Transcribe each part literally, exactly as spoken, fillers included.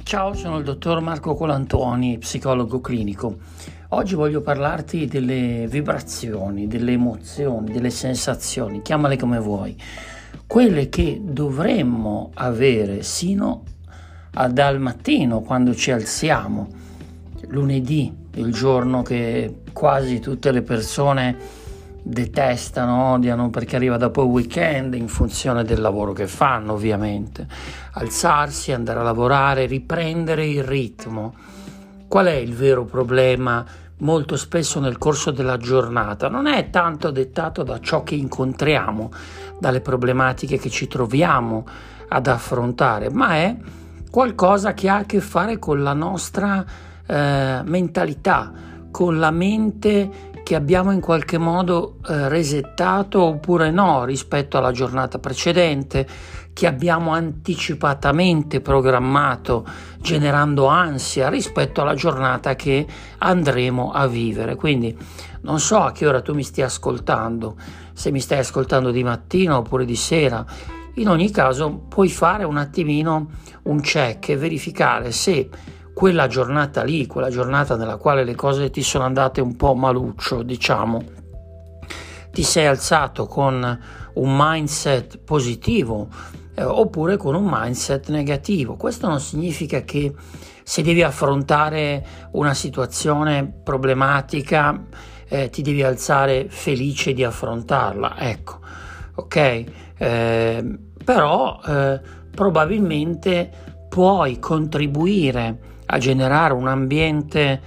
Ciao, sono il dottor Marco Colantoni, psicologo clinico. Oggi voglio parlarti delle vibrazioni, delle emozioni, delle sensazioni, chiamale come vuoi, quelle che dovremmo avere sino a dal mattino quando ci alziamo, lunedì, il giorno che quasi tutte le persone detestano, odiano perché arriva dopo il weekend in funzione del lavoro che fanno, ovviamente. Alzarsi, andare a lavorare, riprendere il ritmo. Qual è il vero problema? Molto spesso nel corso della giornata non è tanto dettato da ciò che incontriamo, dalle problematiche che ci troviamo ad affrontare, ma è qualcosa che ha a che fare con la nostra eh, mentalità, con la mente che abbiamo in qualche modo eh, resettato oppure no rispetto alla giornata precedente, che abbiamo anticipatamente programmato generando ansia rispetto alla giornata che andremo a vivere. Quindi non so a che ora tu mi stia ascoltando, se mi stai ascoltando di mattina oppure di sera. In ogni caso puoi fare un attimino un check e verificare se quella giornata lì, quella giornata nella quale le cose ti sono andate un po' maluccio, diciamo, ti sei alzato con un mindset positivo eh, oppure con un mindset negativo. Questo non significa che se devi affrontare una situazione problematica eh, ti devi alzare felice di affrontarla, ecco, ok? Eh, però eh, probabilmente puoi contribuire a generare un ambiente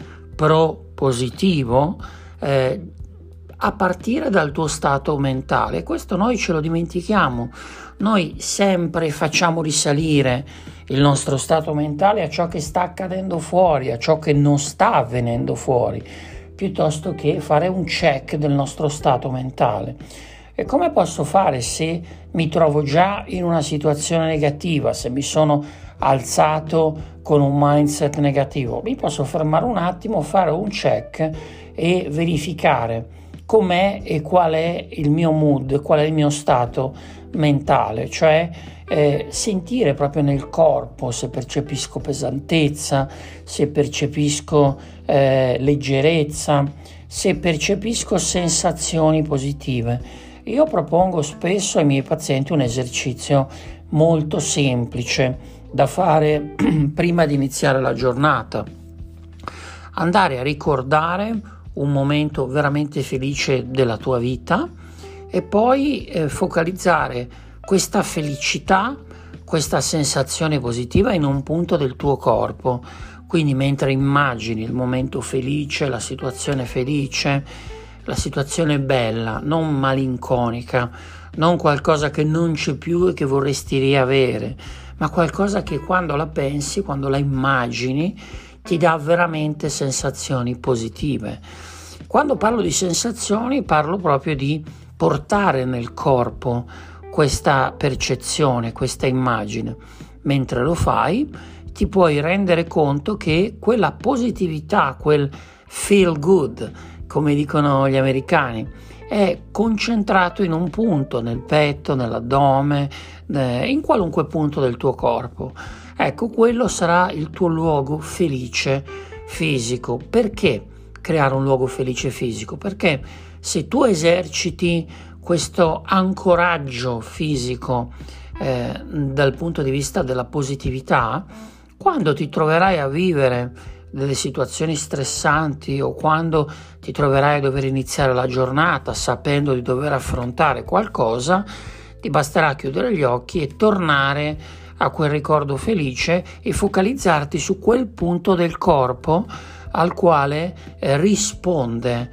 pro-positivo eh, a partire dal tuo stato mentale. Questo noi ce lo dimentichiamo. Noi sempre facciamo risalire il nostro stato mentale a ciò che sta accadendo fuori, a ciò che non sta avvenendo fuori, piuttosto che fare un check del nostro stato mentale. E come posso fare se mi trovo già in una situazione negativa, se mi sono alzato con un mindset negativo? Mi posso fermare un attimo, fare un check e verificare com'è e qual è il mio mood, qual è il mio stato mentale, cioè eh, sentire proprio nel corpo se percepisco pesantezza, se percepisco eh, leggerezza, se percepisco sensazioni positive. Io propongo spesso ai miei pazienti un esercizio molto semplice da fare prima di iniziare la giornata. Andare a ricordare un momento veramente felice della tua vita e poi eh, focalizzare questa felicità, questa sensazione positiva in un punto del tuo corpo. Quindi mentre immagini il momento felice, la situazione felice, la situazione bella, non malinconica, non qualcosa che non c'è più e che vorresti riavere, ma qualcosa che quando la pensi, quando la immagini, ti dà veramente sensazioni positive. Quando parlo di sensazioni parlo proprio di portare nel corpo questa percezione, questa immagine. Mentre lo fai ti puoi rendere conto che quella positività, quel feel good, come dicono gli americani, è concentrato in un punto, nel petto, nell'addome, eh, in qualunque punto del tuo corpo. Ecco, quello sarà il tuo luogo felice fisico. Perché creare un luogo felice fisico? Perché se tu eserciti questo ancoraggio fisico eh, dal punto di vista della positività, quando ti troverai a vivere delle situazioni stressanti o quando ti troverai a dover iniziare la giornata sapendo di dover affrontare qualcosa, ti basterà chiudere gli occhi e tornare a quel ricordo felice e focalizzarti su quel punto del corpo al quale eh, risponde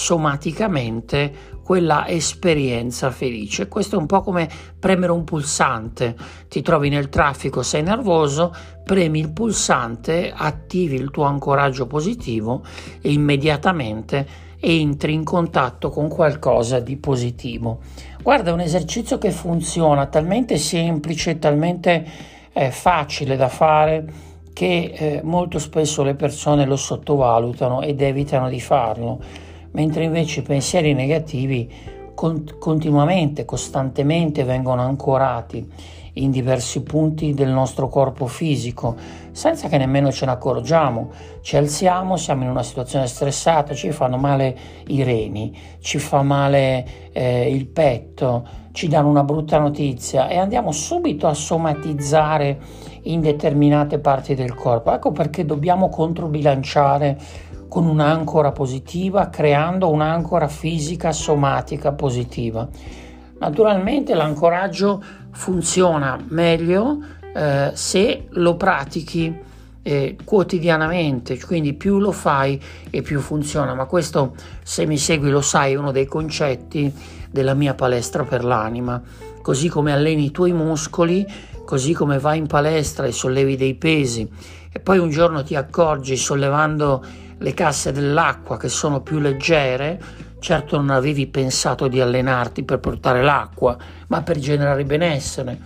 somaticamente quella esperienza felice. Questo è un po' come premere un pulsante. Ti trovi nel traffico, sei nervoso, premi il pulsante, attivi il tuo ancoraggio positivo e immediatamente entri in contatto con qualcosa di positivo. Guarda, è un esercizio che funziona, talmente semplice, talmente eh, facile da fare che eh, molto spesso le persone lo sottovalutano ed evitano di farlo, mentre invece i pensieri negativi con- continuamente, costantemente vengono ancorati in diversi punti del nostro corpo fisico, senza che nemmeno ce ne accorgiamo. Ci alziamo, siamo in una situazione stressata, ci fanno male i reni, ci fa male eh, il petto, ci danno una brutta notizia e andiamo subito a somatizzare in determinate parti del corpo. Ecco perché dobbiamo controbilanciare con un'ancora positiva, creando un'ancora fisica somatica positiva. Naturalmente l'ancoraggio funziona meglio eh, se lo pratichi eh, quotidianamente, quindi più lo fai e più funziona. Ma questo, se mi segui, lo sai, è uno dei concetti della mia palestra per l'anima. Così come alleni i tuoi muscoli, così come vai in palestra e sollevi dei pesi e poi un giorno ti accorgi, sollevando le casse dell'acqua, che sono più leggere. Certo, non avevi pensato di allenarti per portare l'acqua, ma per generare benessere.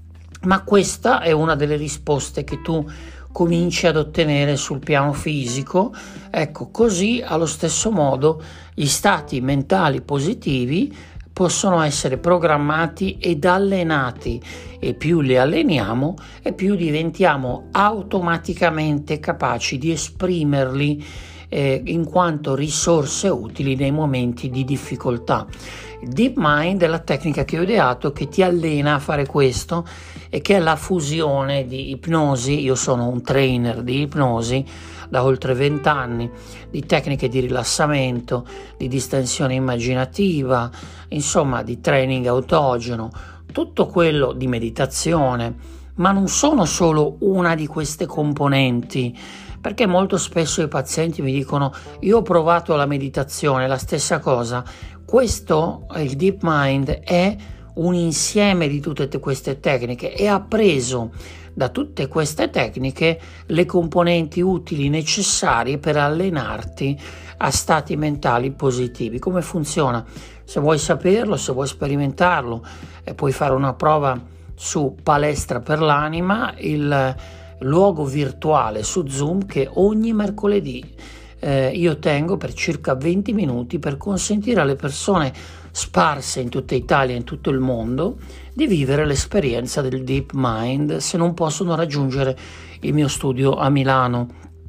Ma questa è una delle risposte che tu cominci ad ottenere sul piano fisico. Ecco, così allo stesso modo gli stati mentali positivi possono essere programmati ed allenati, e più li alleniamo e più diventiamo automaticamente capaci di esprimerli eh, in quanto risorse utili nei momenti di difficoltà. Il Deep Mind è la tecnica che ho ideato, che ti allena a fare questo e che è la fusione di ipnosi. Io sono un trainer di ipnosi da oltre vent'anni, di tecniche di rilassamento, di distensione immaginativa, insomma di training autogeno, tutto quello di meditazione, ma non sono solo una di queste componenti, perché molto spesso i pazienti mi dicono: io ho provato la meditazione, la stessa cosa. Questo, il Deep Mind, è un insieme di tutte queste tecniche e ha preso da tutte queste tecniche le componenti utili necessarie per allenarti a stati mentali positivi. Come funziona? Se vuoi saperlo, se vuoi sperimentarlo, eh, puoi fare una prova su Palestra per l'Anima, il luogo virtuale su Zoom che ogni mercoledì eh, io tengo per circa venti minuti per consentire alle persone sparse in tutta Italia e in tutto il mondo di vivere l'esperienza del Deep Mind, se non possono raggiungere il mio studio a Milano.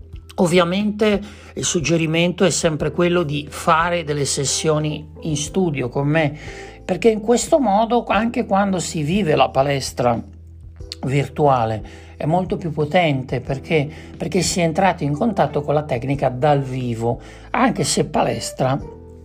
Ovviamente il suggerimento è sempre quello di fare delle sessioni in studio con me, perché in questo modo, anche quando si vive la palestra virtuale, è molto più potente, perché, perché si è entrati in contatto con la tecnica dal vivo, anche se palestra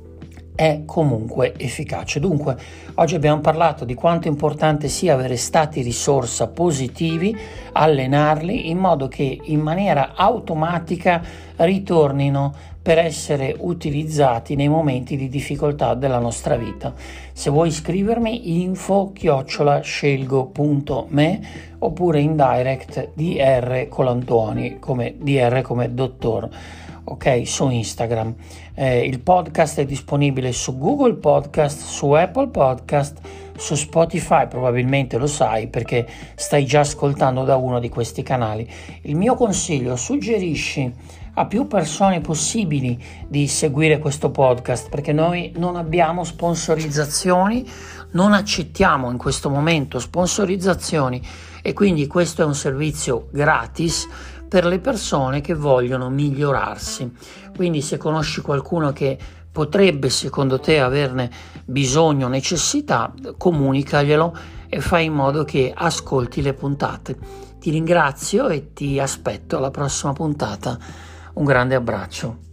è comunque efficace. Dunque, oggi abbiamo parlato di quanto importante sia avere stati risorsa positivi, allenarli in modo che in maniera automatica ritornino per essere utilizzati nei momenti di difficoltà della nostra vita. Se vuoi scrivermi, info chiocciola scelgo punto me, oppure in direct dr Colantuoni, come dr come dottor, ok, su Instagram. Eh, il podcast è disponibile su Google Podcast, su Apple Podcast, su Spotify, probabilmente lo sai perché stai già ascoltando da uno di questi canali. Il mio consiglio: suggerisci a più persone possibili di seguire questo podcast, perché noi non abbiamo sponsorizzazioni, non accettiamo in questo momento sponsorizzazioni, e quindi questo è un servizio gratis per le persone che vogliono migliorarsi. Quindi se conosci qualcuno che potrebbe secondo te averne bisogno, necessità, comunicaglielo e fai in modo che ascolti le puntate. Ti ringrazio e ti aspetto alla prossima puntata. Un grande abbraccio.